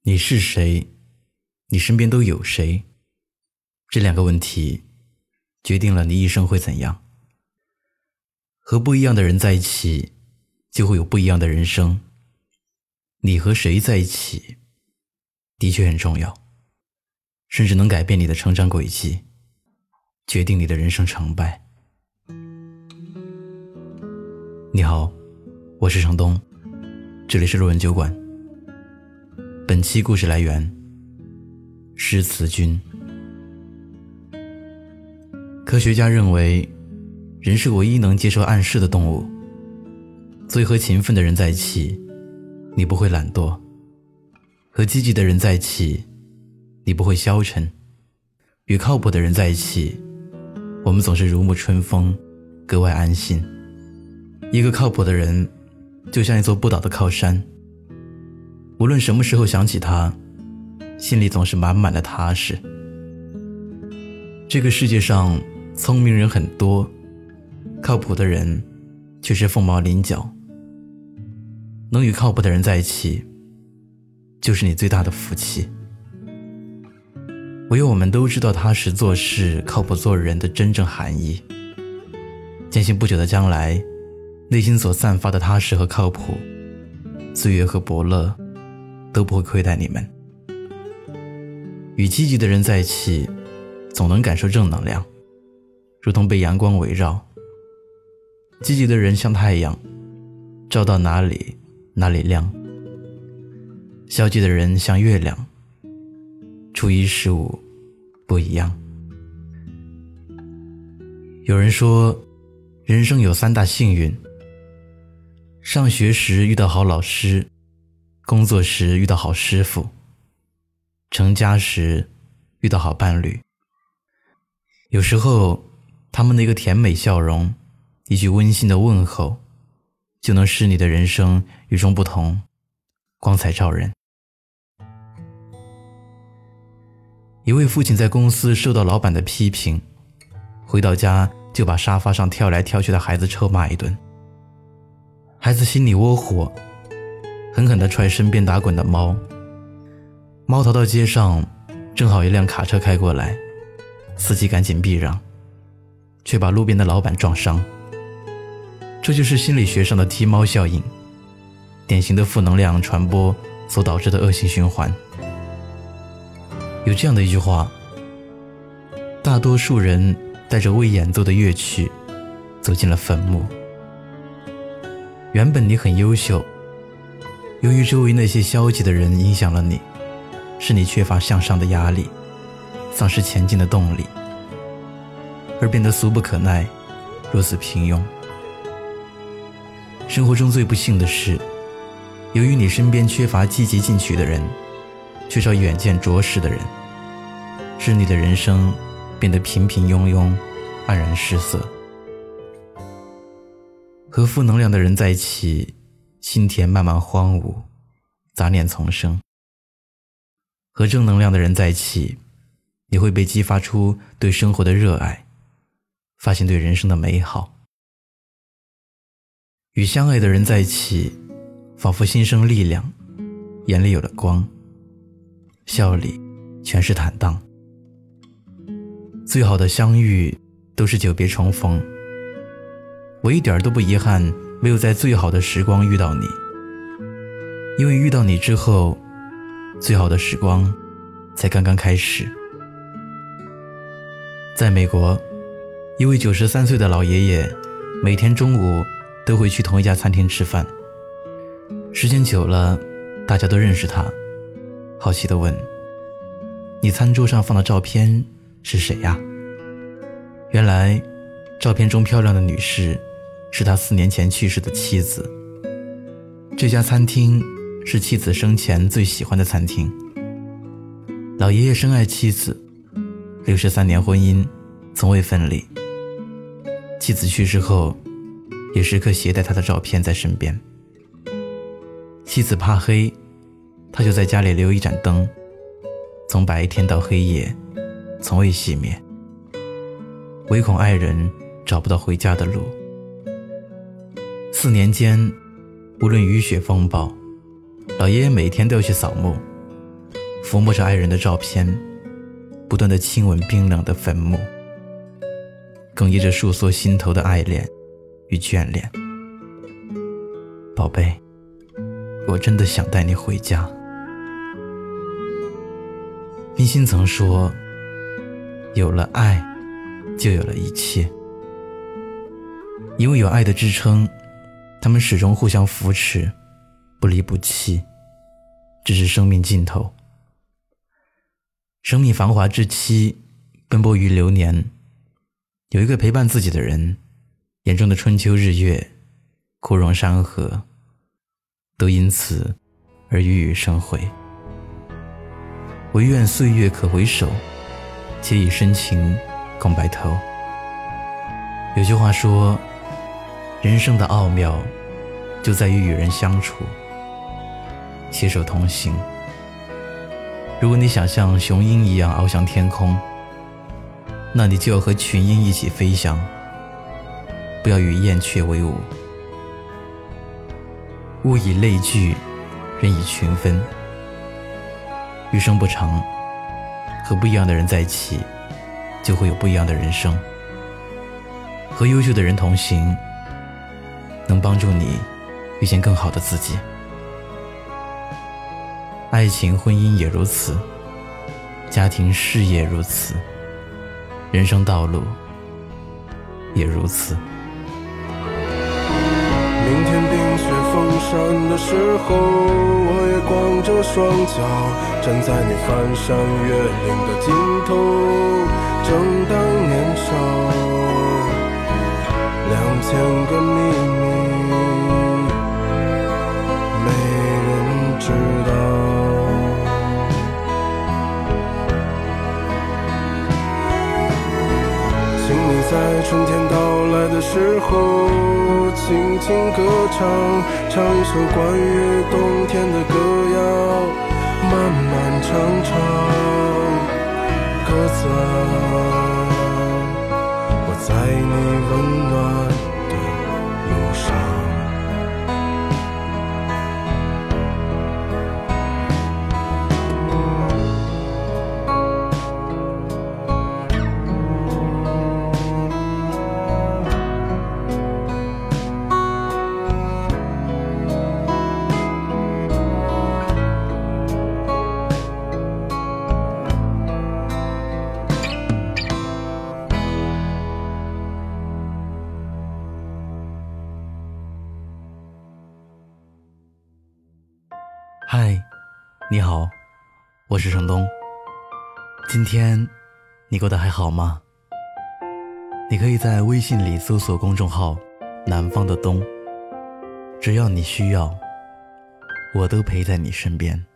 你是谁？你身边都有谁？这两个问题决定了你一生会怎样。和不一样的人在一起，就会有不一样的人生。你和谁在一起，的确很重要，甚至能改变你的成长轨迹，决定你的人生成败。你好，我是程东，这里是路人酒馆。本期故事来源诗词君。科学家认为，人是唯一能接受暗示的动物，所以和勤奋的人在一起，你不会懒惰；和积极的人在一起，你不会消沉；与靠谱的人在一起，我们总是如沐春风，格外安心。一个靠谱的人，就像一座不倒的靠山，无论什么时候想起他，心里总是满满的踏实。这个世界上聪明人很多，靠谱的人却是凤毛麟角。能与靠谱的人在一起，就是你最大的福气。唯有我们都知道踏实做事、靠谱做人的真正含义，坚信不久的将来，内心所散发的踏实和靠谱，岁月和伯乐都不会亏待你们。与积极的人在一起，总能感受正能量，如同被阳光围绕。积极的人像太阳，照到哪里哪里亮；消极的人像月亮，初一十五不一样。有人说，人生有三大幸运：上学时遇到好老师，工作时遇到好师傅，成家时遇到好伴侣。有时候他们的一个甜美笑容，一句温馨的问候，就能使你的人生与众不同，光彩照人。一位父亲在公司受到老板的批评，回到家就把沙发上跳来跳去的孩子臭骂一顿。孩子心里窝火，狠狠地踹身边打滚的猫。猫逃到街上，正好一辆卡车开过来，司机赶紧避让，却把路边的老板撞伤。这就是心理学上的踢猫效应，典型的负能量传播所导致的恶性循环。有这样的一句话：大多数人带着未演奏的乐曲走进了坟墓。原本你很优秀，由于周围那些消极的人影响了你，使你缺乏向上的压力，丧失前进的动力，而变得俗不可耐，如此平庸。生活中最不幸的是，由于你身边缺乏积极进取的人，缺少远见卓识的人，使你的人生变得平平庸庸，黯然失色。和负能量的人在一起，心田慢慢荒芜，杂念丛生；和正能量的人在一起，你会被激发出对生活的热爱，发现对人生的美好。与相爱的人在一起，仿佛心生力量，眼里有了光，笑里全是坦荡。最好的相遇都是久别重逢，我一点都不遗憾没有在最好的时光遇到你，因为遇到你之后，最好的时光才刚刚开始。在美国，一位93岁的老爷爷每天中午都会去同一家餐厅吃饭，时间久了，大家都认识他，好奇地问：你餐桌上放的照片是谁呀？原来照片中漂亮的女士是他4年前去世的妻子。这家餐厅是妻子生前最喜欢的餐厅。老爷爷深爱妻子，63年婚姻从未分离。妻子去世后，也时刻携带他的照片在身边。妻子怕黑，他就在家里留一盏灯，从白天到黑夜从未熄灭，唯恐爱人找不到回家的路。4年间，无论雨雪风暴，老爷爷每天都要去扫墓， 抚摸着爱人的照片，不断地亲吻冰冷的坟墓，哽咽着诉说心头的爱恋与眷恋。宝贝，我真的想带你回家。明星曾说，有了爱就有了一切。因为有爱的支撑，他们始终互相扶持，不离不弃，直至生命尽头。生命繁华之期，奔波于流年，有一个陪伴自己的人，眼中的春秋日月，枯荣山河，都因此而熠熠生辉。唯愿岁月可回首，且以深情共白头。有句话说，人生的奥妙就在于与人相处，携手同行。如果你想像雄鹰一样翱翔天空，那你就要和群鹰一起飞翔，不要与燕雀为伍。物以类聚，人以群分。余生不长，和不一样的人在一起，就会有不一样的人生。和优秀的人同行，能帮助你遇见更好的自己。爱情婚姻也如此，家庭事业如此，人生道路也如此。 明天冰雪封山的时候，我也光着双脚站在你翻山越岭的尽头，正当年少，2000个秘密没人知道。请你在春天到来的时候轻轻歌唱，唱一首关于冬天的歌谣，漫漫长长歌词啊，我在你温暖的路上。 嗨，你好，我是程东。今天你过得还好吗？你可以在微信里搜索公众号南方的冬，只要你需要，我都陪在你身边。